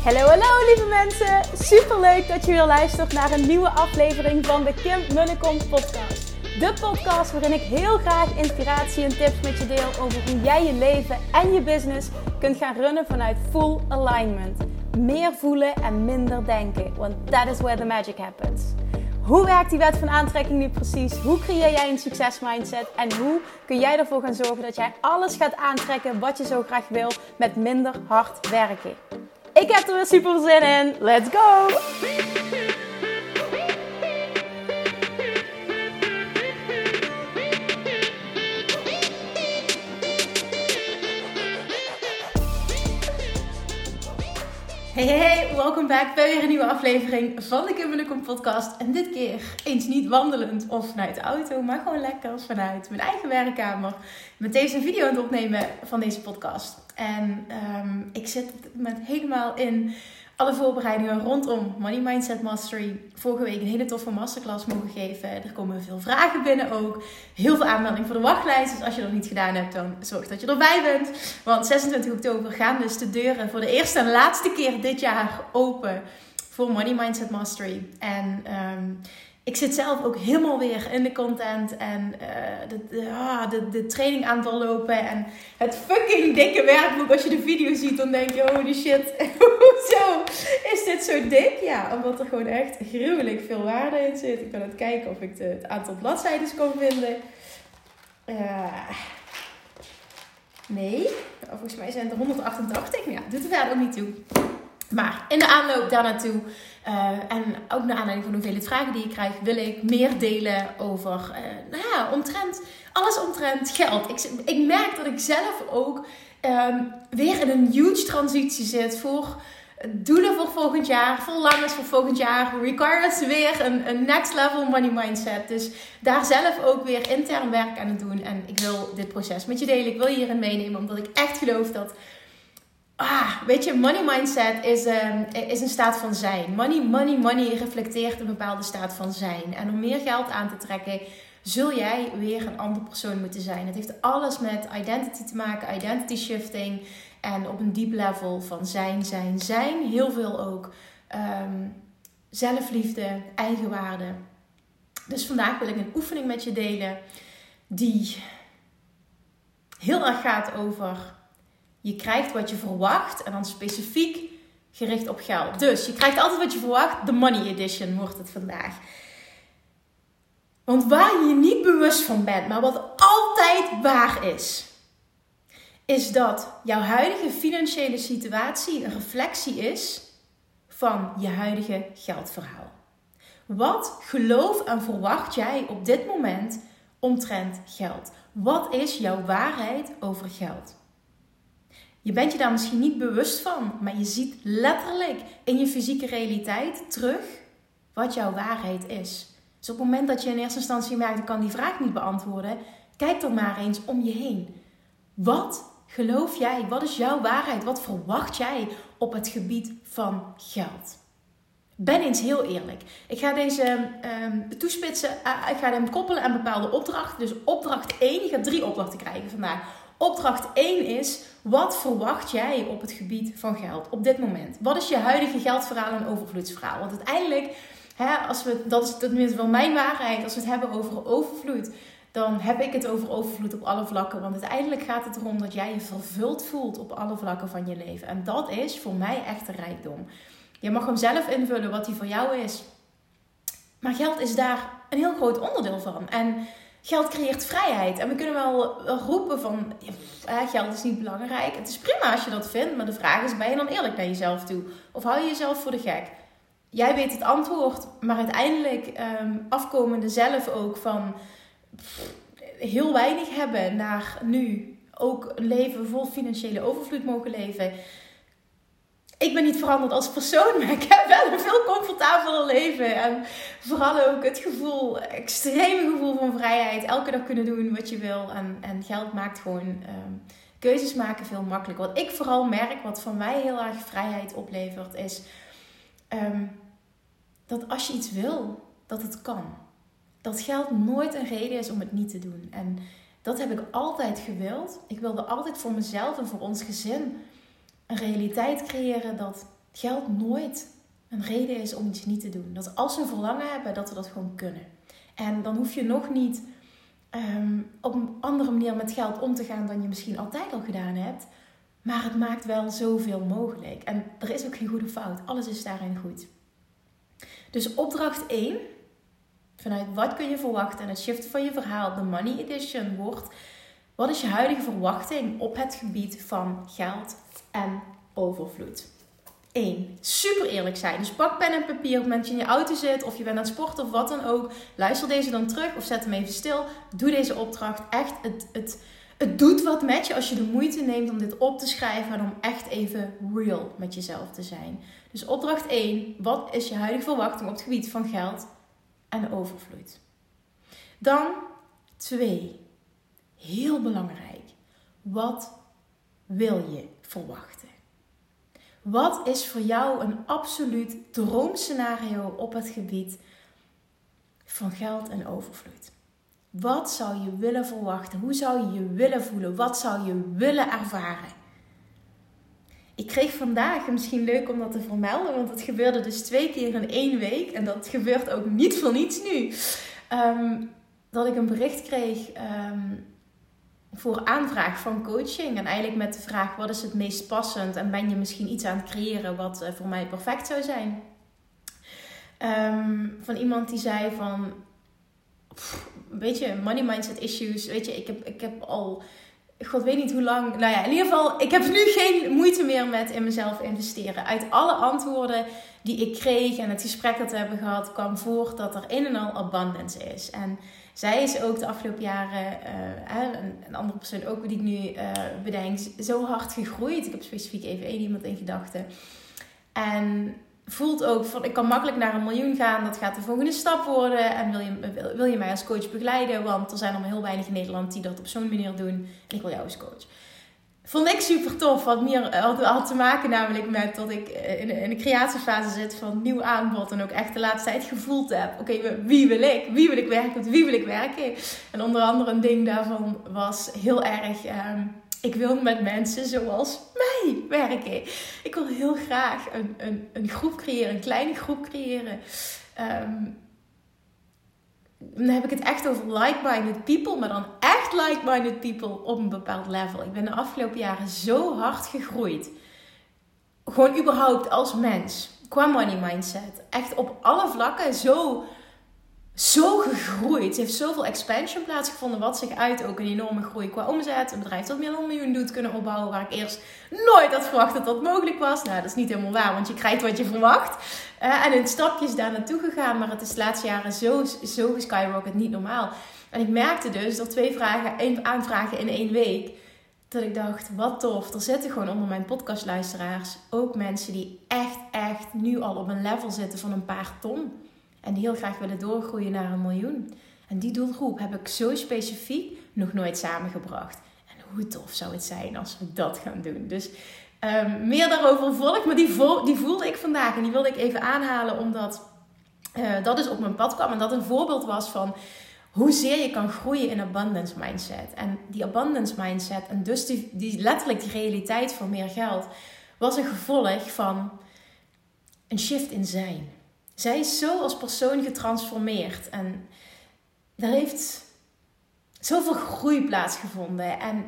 Hallo lieve mensen, superleuk dat je weer luistert naar een nieuwe aflevering van de Kim Munnekom podcast. De podcast waarin ik heel graag inspiratie en tips met je deel over hoe jij je leven en je business kunt gaan runnen vanuit full alignment. Meer voelen en minder denken, want that is where the magic happens. Hoe werkt die wet van aantrekking nu precies? Hoe creëer jij een succesmindset? En hoe kun jij ervoor gaan zorgen dat jij alles gaat aantrekken wat je zo graag wil met minder hard werken? Ik heb er weer super zin in. Let's go! Hey, welkom back bij weer een nieuwe aflevering van de Kim Munnekom podcast. En dit keer eens niet wandelend of vanuit de auto, maar gewoon lekker vanuit mijn eigen werkkamer. Met deze video aan het opnemen van deze podcast. En ik zit met helemaal in alle voorbereidingen rondom Money Mindset Mastery. Vorige week een hele toffe masterclass mogen geven. Er komen veel vragen binnen ook. Heel veel aanmelding voor de wachtlijst. Dus als je dat niet gedaan hebt, dan zorg dat je erbij bent. Want 26 oktober gaan dus de deuren voor de eerste en laatste keer dit jaar open voor Money Mindset Mastery. En ik zit zelf ook helemaal weer in de content en de training aan het doorlopen. En het fucking dikke werkboek. Als je de video ziet, dan denk je, holy shit, hoezo is dit zo dik? Ja, omdat er gewoon echt gruwelijk veel waarde in zit. Ik ben aan het kijken of ik het aantal bladzijden kan vinden. Nee, volgens mij zijn het er 188. Maar ja, doet er verder ook niet toe. Maar in de aanloop daar naartoe en ook naar aanleiding van de hoeveelheid vragen die ik krijg, wil ik meer delen over alles omtrent geld. Ik merk dat ik zelf ook weer in een huge transitie zit voor doelen voor volgend jaar, verlangens voor volgend jaar, requires weer een next level money mindset. Dus daar zelf ook weer intern werk aan het doen. En ik wil dit proces met je delen. Ik wil je hierin meenemen, omdat ik echt geloof dat weet je, money mindset is een staat van zijn. Money reflecteert een bepaalde staat van zijn. En om meer geld aan te trekken, zul jij weer een andere persoon moeten zijn. Het heeft alles met identity te maken, identity shifting. En op een diep level van zijn. Heel veel ook zelfliefde, eigenwaarde. Dus vandaag wil ik een oefening met je delen die heel erg gaat over: je krijgt wat je verwacht en dan specifiek gericht op geld. Dus je krijgt altijd wat je verwacht. De Money Edition wordt het vandaag. Want waar je je niet bewust van bent, maar wat altijd waar is dat jouw huidige financiële situatie een reflectie is van je huidige geldverhaal. Wat geloof en verwacht jij op dit moment omtrent geld? Wat is jouw waarheid over geld? Je bent je daar misschien niet bewust van, maar je ziet letterlijk in je fysieke realiteit terug wat jouw waarheid is. Dus op het moment dat je in eerste instantie merkt, ik kan die vraag niet beantwoorden, kijk dan maar eens om je heen. Wat geloof jij? Wat is jouw waarheid? Wat verwacht jij op het gebied van geld? Ben eens heel eerlijk. Ik ga deze toespitsen, ik ga hem koppelen aan bepaalde opdrachten. Dus opdracht 1, je gaat 3 opdrachten krijgen vandaag. Opdracht 1 is: wat verwacht jij op het gebied van geld op dit moment? Wat is je huidige geldverhaal en overvloedsverhaal? Want uiteindelijk, dat is tenminste wel mijn waarheid, als we het hebben over overvloed, dan heb ik het over overvloed op alle vlakken. Want uiteindelijk gaat het erom dat jij je vervuld voelt op alle vlakken van je leven. En dat is voor mij echt een rijkdom. Je mag hem zelf invullen wat die voor jou is. Maar geld is daar een heel groot onderdeel van. En geld creëert vrijheid. En we kunnen wel roepen van geld is niet belangrijk. Het is prima als je dat vindt. Maar de vraag is, ben je dan eerlijk naar jezelf toe? Of hou je jezelf voor de gek? Jij weet het antwoord. Maar uiteindelijk afkomende zelf ook van heel weinig hebben naar nu ook een leven vol financiële overvloed mogen leven. Ik ben niet veranderd als persoon, maar ik heb wel een veel comfortabeler leven. En vooral ook het gevoel, extreme gevoel van vrijheid. Elke dag kunnen doen wat je wil. En geld maakt gewoon keuzes maken veel makkelijker. Wat ik vooral merk, wat voor mij heel erg vrijheid oplevert, is dat als je iets wil, dat het kan. Dat geld nooit een reden is om het niet te doen. En dat heb ik altijd gewild. Ik wilde altijd voor mezelf en voor ons gezin een realiteit creëren dat geld nooit een reden is om iets niet te doen. Dat als we een verlangen hebben, dat we dat gewoon kunnen. En dan hoef je nog niet op een andere manier met geld om te gaan dan je misschien altijd al gedaan hebt. Maar het maakt wel zoveel mogelijk. En er is ook geen goede fout. Alles is daarin goed. Dus opdracht 1, vanuit wat kun je verwachten en het shiften van je verhaal, de Money Edition, wordt: wat is je huidige verwachting op het gebied van geld en overvloed? 1. Super eerlijk zijn. Dus pak pen en papier op het moment dat je in je auto zit of je bent aan het sporten of wat dan ook. Luister deze dan terug of zet hem even stil. Doe deze opdracht. Echt, het doet wat met je als je de moeite neemt om dit op te schrijven en om echt even real met jezelf te zijn. Dus opdracht 1. Wat is je huidige verwachting op het gebied van geld en overvloed? Dan 2. Heel belangrijk. Wat wil je verwachten? Wat is voor jou een absoluut droomscenario op het gebied van geld en overvloed? Wat zou je willen verwachten? Hoe zou je je willen voelen? Wat zou je willen ervaren? Ik kreeg vandaag, misschien leuk om dat te vermelden, want het gebeurde dus 2 keer in 1 week. En dat gebeurt ook niet voor niets nu. Dat ik een bericht kreeg voor aanvraag van coaching. En eigenlijk met de vraag: wat is het meest passend? En ben je misschien iets aan het creëren wat voor mij perfect zou zijn? Van iemand die zei van: weet je, money mindset issues. Weet je, ik heb al, god weet niet hoe lang. Nou ja, in ieder geval, ik heb nu geen moeite meer met in mezelf investeren. Uit alle antwoorden die ik kreeg en het gesprek dat we hebben gehad, kwam voort dat er een en al abundance is. En zij is ook de afgelopen jaren, een andere persoon ook die ik nu bedenk, zo hard gegroeid. Ik heb specifiek even 1 iemand in gedachten. En voelt ook van: ik kan makkelijk naar 1 miljoen gaan. Dat gaat de volgende stap worden. En wil je mij als coach begeleiden? Want er zijn er maar heel weinig in Nederland die dat op zo'n manier doen. En ik wil jou als coach. Vond ik super tof. Wat meer had te maken namelijk met dat ik in de creatiefase zit van nieuw aanbod. En ook echt de laatste tijd gevoeld heb: oké, wie wil ik? Wie wil ik werken? Met wie wil ik werken? En onder andere een ding daarvan was heel erg: ik wil met mensen zoals mij werken. Ik wil heel graag een groep creëren, een kleine groep creëren. Dan heb ik het echt over like-minded people, maar dan echt like-minded people op een bepaald level. Ik ben de afgelopen jaren zo hard gegroeid. Gewoon überhaupt als mens. Qua money mindset. Echt op alle vlakken zo gegroeid. Er heeft zoveel expansion plaatsgevonden, wat zich uit ook een enorme groei qua omzet. Een bedrijf dat meer dan 1 miljoen doet kunnen opbouwen, waar ik eerst nooit had verwacht dat dat mogelijk was. Nou, dat is niet helemaal waar, want je krijgt wat je verwacht. En in stapjes daar naartoe gegaan, maar het is de laatste jaren zo geskyrocket, niet normaal. En ik merkte dus door 2 aanvragen in 1 week, dat ik dacht: wat tof. Er zitten gewoon onder mijn podcastluisteraars ook mensen die echt nu al op een level zitten van een paar ton. En die heel graag willen doorgroeien naar 1 miljoen. En die doelgroep heb ik zo specifiek nog nooit samengebracht. En hoe tof zou het zijn als we dat gaan doen. Dus meer daarover volg. Maar die voelde ik vandaag. En die wilde ik even aanhalen. Omdat dat dus op mijn pad kwam. En dat een voorbeeld was van hoezeer je kan groeien in abundance mindset. En die abundance mindset. En dus die letterlijk die realiteit van meer geld. Was een gevolg van een shift in zijn. Zij is zo als persoon getransformeerd. En er heeft zoveel groei plaatsgevonden. En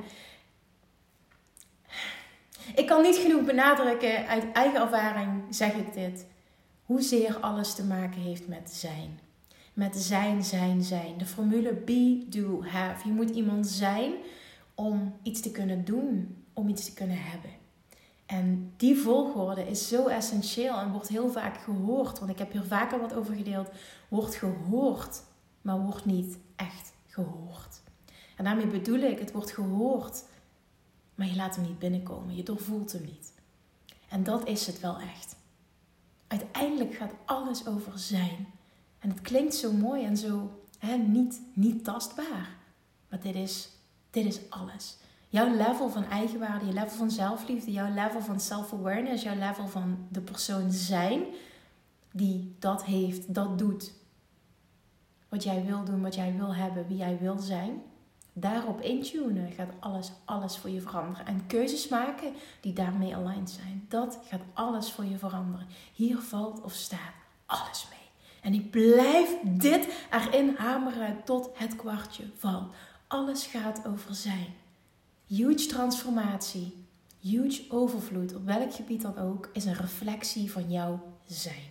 ik kan niet genoeg benadrukken, uit eigen ervaring zeg ik dit, hoezeer alles te maken heeft met zijn. Met zijn. De formule be, do, have. Je moet iemand zijn om iets te kunnen doen, om iets te kunnen hebben. En die volgorde is zo essentieel en wordt heel vaak gehoord. Want ik heb hier vaker wat over gedeeld. Wordt gehoord, maar wordt niet echt gehoord. En daarmee bedoel ik, het wordt gehoord, maar je laat hem niet binnenkomen. Je doorvoelt hem niet. En dat is het wel echt. Uiteindelijk gaat alles over zijn. En het klinkt zo mooi en zo niet tastbaar. Maar dit is alles. Jouw level van eigenwaarde, je level van zelfliefde, jouw level van self-awareness, jouw level van de persoon zijn die dat heeft, dat doet. Wat jij wil doen, wat jij wil hebben, wie jij wil zijn. daarop intunen, gaat alles voor je veranderen. En keuzes maken die daarmee aligned zijn. Dat gaat alles voor je veranderen. Hier valt of staat alles mee. En ik blijf dit erin hameren tot het kwartje valt. Alles gaat over zijn. Huge transformatie, huge overvloed, op welk gebied dan ook, is een reflectie van jouw zijn.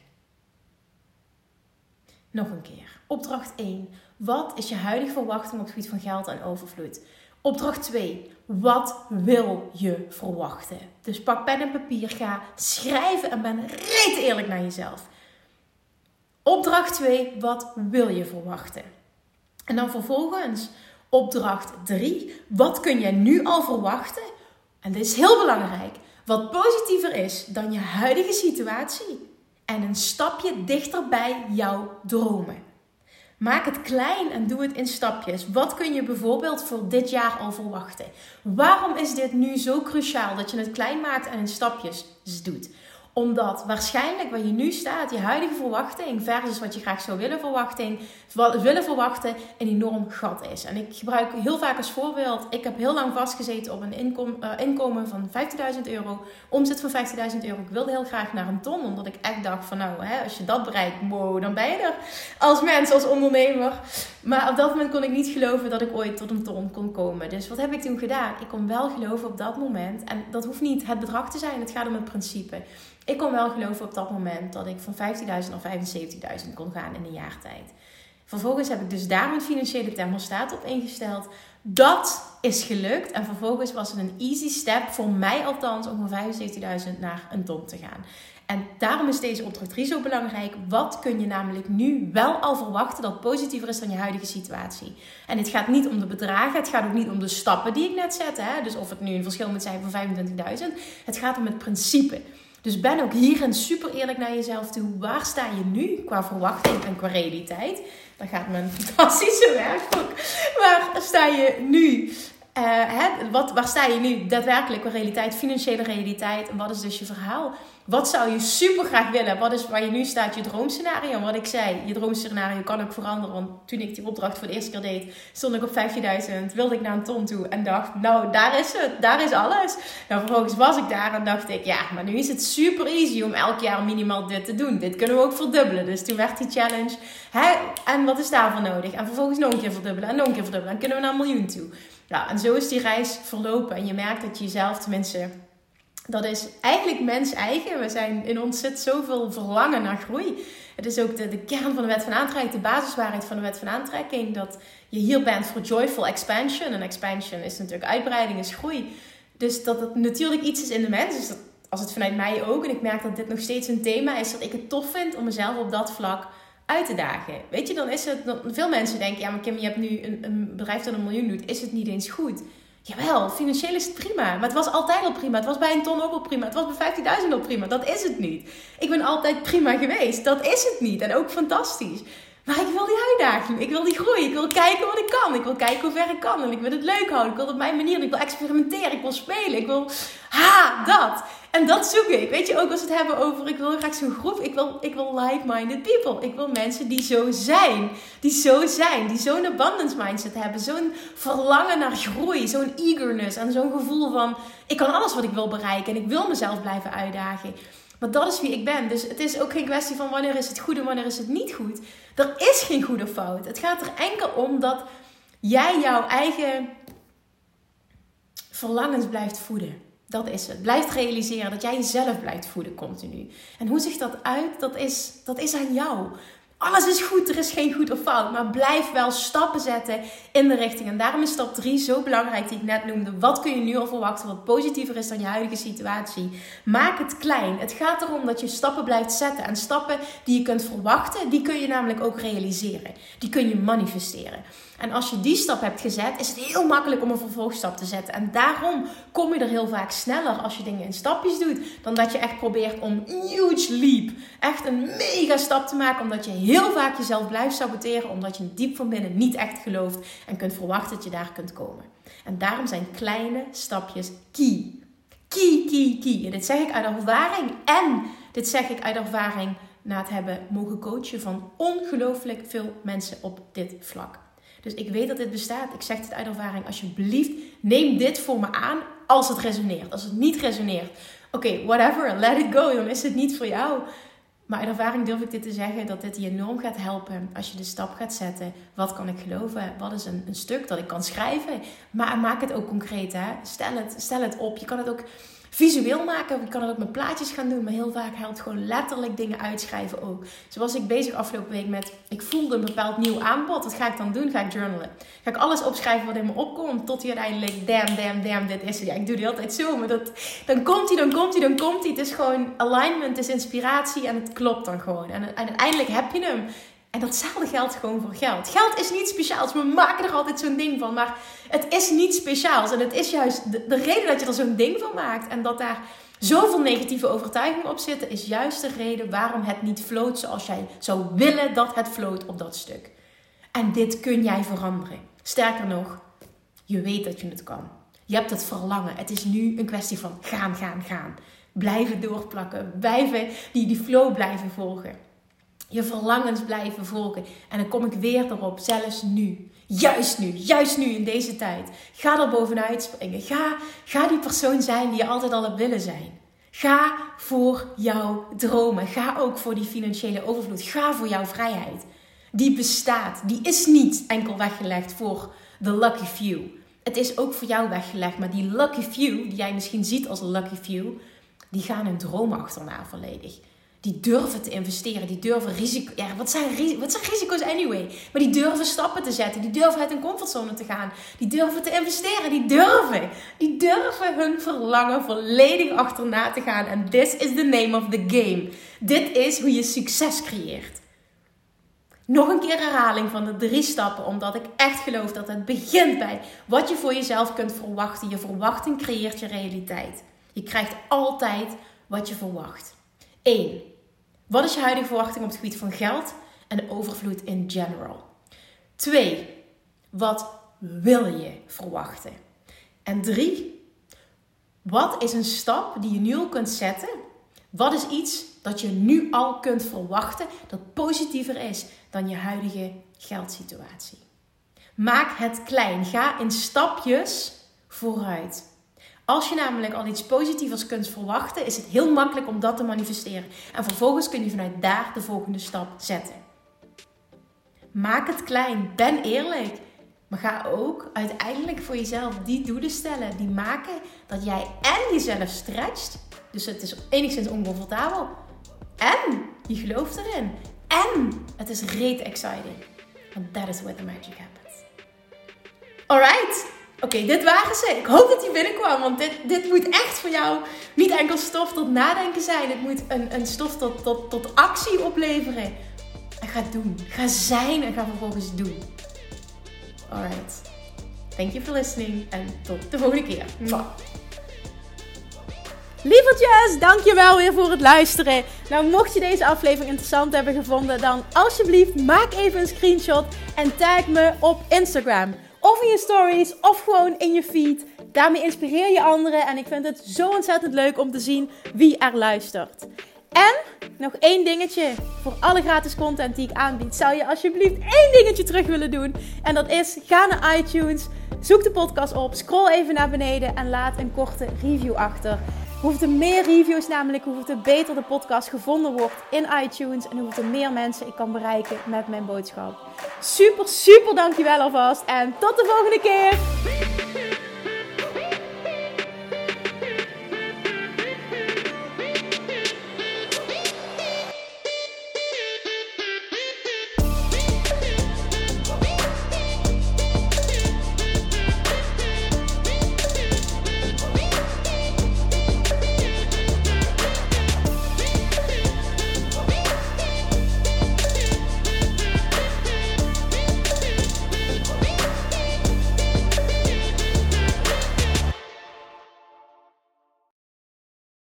Nog een keer. Opdracht 1. Wat is je huidige verwachting op het gebied van geld en overvloed? Opdracht 2. Wat wil je verwachten? Dus pak pen en papier, ga schrijven en ben reet eerlijk naar jezelf. Opdracht 2. Wat wil je verwachten? En dan vervolgens opdracht 3. Wat kun je nu al verwachten? En dit is heel belangrijk. Wat positiever is dan je huidige situatie. En een stapje dichter bij jouw dromen. Maak het klein en doe het in stapjes. Wat kun je bijvoorbeeld voor dit jaar al verwachten? Waarom is dit nu zo cruciaal dat je het klein maakt en in stapjes doet? Omdat waarschijnlijk waar je nu staat, je huidige verwachting versus wat je graag zou willen verwachten, een enorm gat is. En ik gebruik heel vaak als voorbeeld, ik heb heel lang vastgezeten op een inkomen van €50.000, omzet van €50.000. Ik wilde heel graag naar een ton, omdat ik echt dacht van als je dat bereikt, wow, dan ben je er als mens, als ondernemer. Maar op dat moment kon ik niet geloven dat ik ooit tot een ton kon komen. Dus wat heb ik toen gedaan? Ik kon wel geloven op dat moment, en dat hoeft niet het bedrag te zijn, het gaat om het principe. Ik kon wel geloven op dat moment dat ik van 15.000 naar 75.000 kon gaan in een jaar tijd. Vervolgens heb ik dus daar mijn financiële thermostaat op ingesteld. Dat is gelukt. En vervolgens was het een easy step, voor mij althans, om van 75.000 naar een ton te gaan. En daarom is deze opdracht 3 zo belangrijk. Wat kun je namelijk nu wel al verwachten dat positiever is dan je huidige situatie? En het gaat niet om de bedragen. Het gaat ook niet om de stappen die ik net zette. Dus of het nu een verschil moet zijn van 25.000. Het gaat om het principe. Dus ben ook hierin super eerlijk naar jezelf toe. Waar sta je nu qua verwachting en qua realiteit? Dan gaat mijn fantastische werkboek. Waar sta je nu? Waar sta je nu daadwerkelijk qua realiteit, financiële realiteit? En wat is dus je verhaal? Wat zou je super graag willen? Wat is waar je nu staat, je droomscenario? Wat ik zei, je droomscenario kan ook veranderen. Want toen ik die opdracht voor de eerste keer deed, stond ik op 15.000. Wilde ik naar een ton toe. En dacht, daar is het. Daar is alles. Nou, vervolgens was ik daar en dacht ik, maar nu is het super easy om elk jaar minimaal dit te doen. Dit kunnen we ook verdubbelen. Dus toen werd die challenge. En wat is daarvoor nodig? En vervolgens nog een keer verdubbelen en nog een keer verdubbelen. En kunnen we naar 1 miljoen toe. Ja, en zo is die reis verlopen. En je merkt dat je jezelf, tenminste, dat is eigenlijk mens-eigen. In ons zit zoveel verlangen naar groei. Het is ook de kern van de wet van aantrekking, de basiswaarheid van de wet van aantrekking. Dat je hier bent voor joyful expansion. En expansion is natuurlijk uitbreiding, is groei. Dus dat het natuurlijk iets is in de mens. Dus dat, als het vanuit mij ook. En ik merk dat dit nog steeds een thema is. Dat ik het tof vind om mezelf op dat vlak uit te dagen. Weet je, dan is het... Veel mensen denken, maar Kim, je hebt nu een bedrijf dat 1 miljoen doet. Is het niet eens goed? Jawel, financieel is het prima. Maar het was altijd al prima. Het was bij een ton ook al prima. Het was bij 15.000 al prima. Dat is het niet. Ik ben altijd prima geweest. Dat is het niet. En ook fantastisch. Maar ik wil die uitdaging. Ik wil die groei. Ik wil kijken wat ik kan. Ik wil kijken hoe ver ik kan. En ik wil het leuk houden. Ik wil het op mijn manier doen. Ik wil experimenteren. Ik wil spelen. Ik wil... dat. En dat zoek ik. Weet je, ook als we het hebben over... Ik wil graag zo'n groep. Ik wil like-minded people. Ik wil mensen die zo zijn. Die zo'n abundance mindset hebben. Zo'n verlangen naar groei. Zo'n eagerness. En zo'n gevoel van... Ik kan alles wat ik wil bereiken. En ik wil mezelf blijven uitdagen. Maar dat is wie ik ben. Dus het is ook geen kwestie van wanneer is het goed en wanneer is het niet goed. Er is geen goed of fout. Het gaat er enkel om dat jij jouw eigen verlangens blijft voeden. Dat is het. Blijft realiseren dat jij jezelf blijft voeden continu. En hoe ziet dat uit? Dat is aan jou. Alles is goed, er is geen goed of fout. Maar blijf wel stappen zetten in de richting. En daarom is stap 3 zo belangrijk die ik net noemde. Wat kun je nu al verwachten wat positiever is dan je huidige situatie? Maak het klein. Het gaat erom dat je stappen blijft zetten. En stappen die je kunt verwachten, die kun je namelijk ook realiseren. Die kun je manifesteren. En als je die stap hebt gezet, is het heel makkelijk om een vervolgstap te zetten. En daarom kom je er heel vaak sneller als je dingen in stapjes doet. Dan dat je echt probeert om een huge leap. Echt een mega stap te maken. Omdat je heel vaak jezelf blijft saboteren. Omdat je diep van binnen niet echt gelooft. En kunt verwachten dat je daar kunt komen. En daarom zijn kleine stapjes key. Key. En dit zeg ik uit ervaring. En dit zeg ik uit ervaring na het hebben mogen coachen van ongelooflijk veel mensen op dit vlak. Dus ik weet dat dit bestaat. Ik zeg het uit ervaring. Alsjeblieft, neem dit voor me aan als het resoneert. Als het niet resoneert, oké, whatever, let it go. Dan is het niet voor jou. Maar uit ervaring durf ik dit te zeggen, dat dit je enorm gaat helpen als je de stap gaat zetten. Wat kan ik geloven? Wat is een stuk dat ik kan schrijven? Maar maak het ook concreet, hè? Stel het op. Je kan het ook visueel maken. Je kan het ook met plaatjes gaan doen. Maar heel vaak helpt gewoon letterlijk dingen uitschrijven ook. Zo was ik bezig afgelopen week met, ik voelde een bepaald nieuw aanbod. Wat ga ik dan doen? Ga ik journalen. Ga ik alles opschrijven wat in me opkomt. Tot hij uiteindelijk, damn, dit is het. Ja, ik doe die altijd zo. Maar dan komt hij. Het is gewoon alignment, het is inspiratie en het klopt dan gewoon. En uiteindelijk heb je hem. En datzelfde geldt gewoon voor geld. Geld is niet speciaals. We maken er altijd zo'n ding van. Maar het is niet speciaals. En het is juist de reden dat je er zo'n ding van maakt. En dat daar zoveel negatieve overtuigingen op zitten. Is juist de reden waarom het niet floot zoals jij zou willen dat het floot op dat stuk. En dit kun jij veranderen. Sterker nog, je weet dat je het kan. Je hebt het verlangen. Het is nu een kwestie van gaan. Blijven doorplakken. Blijven die flow blijven volgen. Je verlangens blijven volgen. En dan kom ik weer erop, zelfs nu. Juist nu in deze tijd. Ga er bovenuit springen. Ga die persoon zijn die je altijd al hebt willen zijn. Ga voor jouw dromen. Ga ook voor die financiële overvloed. Ga voor jouw vrijheid. Die bestaat. Die is niet enkel weggelegd voor the lucky few. Het is ook voor jou weggelegd. Maar die lucky few, die jij misschien ziet als lucky few, die gaan hun dromen achterna volledig. Die durven te investeren, die durven risico. Ja, wat zijn risico's anyway? Maar die durven stappen te zetten, die durven uit hun comfortzone te gaan, die durven te investeren, die durven hun verlangen volledig achterna te gaan. En this is the name of the game. Dit is hoe je succes creëert. Nog een keer herhaling van de 3 stappen, omdat ik echt geloof dat het begint bij wat je voor jezelf kunt verwachten. Je verwachting creëert je realiteit. Je krijgt altijd wat je verwacht. 1. Wat is je huidige verwachting op het gebied van geld en overvloed in general? 2. Wat wil je verwachten? En 3. Wat is een stap die je nu al kunt zetten? Wat is iets dat je nu al kunt verwachten dat positiever is dan je huidige geldsituatie? Maak het klein. Ga in stapjes vooruit. Als je namelijk al iets positiefs kunt verwachten, is het heel makkelijk om dat te manifesteren. En vervolgens kun je vanuit daar de volgende stap zetten. Maak het klein. Ben eerlijk. Maar ga ook uiteindelijk voor jezelf die doelen stellen. Die maken dat jij en jezelf stretcht. Dus het is enigszins oncomfortabel. En je gelooft erin. En het is rete exciting. Want that is where the magic happens. Alright. Oké, dit waren ze. Ik hoop dat die binnenkwam. Want dit moet echt voor jou niet enkel stof tot nadenken zijn. Het moet een stof tot actie opleveren. En ga doen. Ga zijn en ga vervolgens doen. Alright. Thank you for listening. En tot de volgende keer. Mwah. Lievertjes, dankjewel weer voor het luisteren. Nou, mocht je deze aflevering interessant hebben gevonden, dan alsjeblieft maak even een screenshot en tag me op Instagram. Of in je stories, of gewoon in je feed. Daarmee inspireer je anderen en ik vind het zo ontzettend leuk om te zien wie er luistert. En nog 1 dingetje. Voor alle gratis content die ik aanbied, zou je alsjeblieft 1 dingetje terug willen doen. En dat is, ga naar iTunes, zoek de podcast op, scroll even naar beneden en laat een korte review achter. Hoeveel meer reviews namelijk, hoeveel beter de podcast gevonden wordt in iTunes. En hoeveel meer mensen ik kan bereiken met mijn boodschap. Super dankjewel alvast. En tot de volgende keer.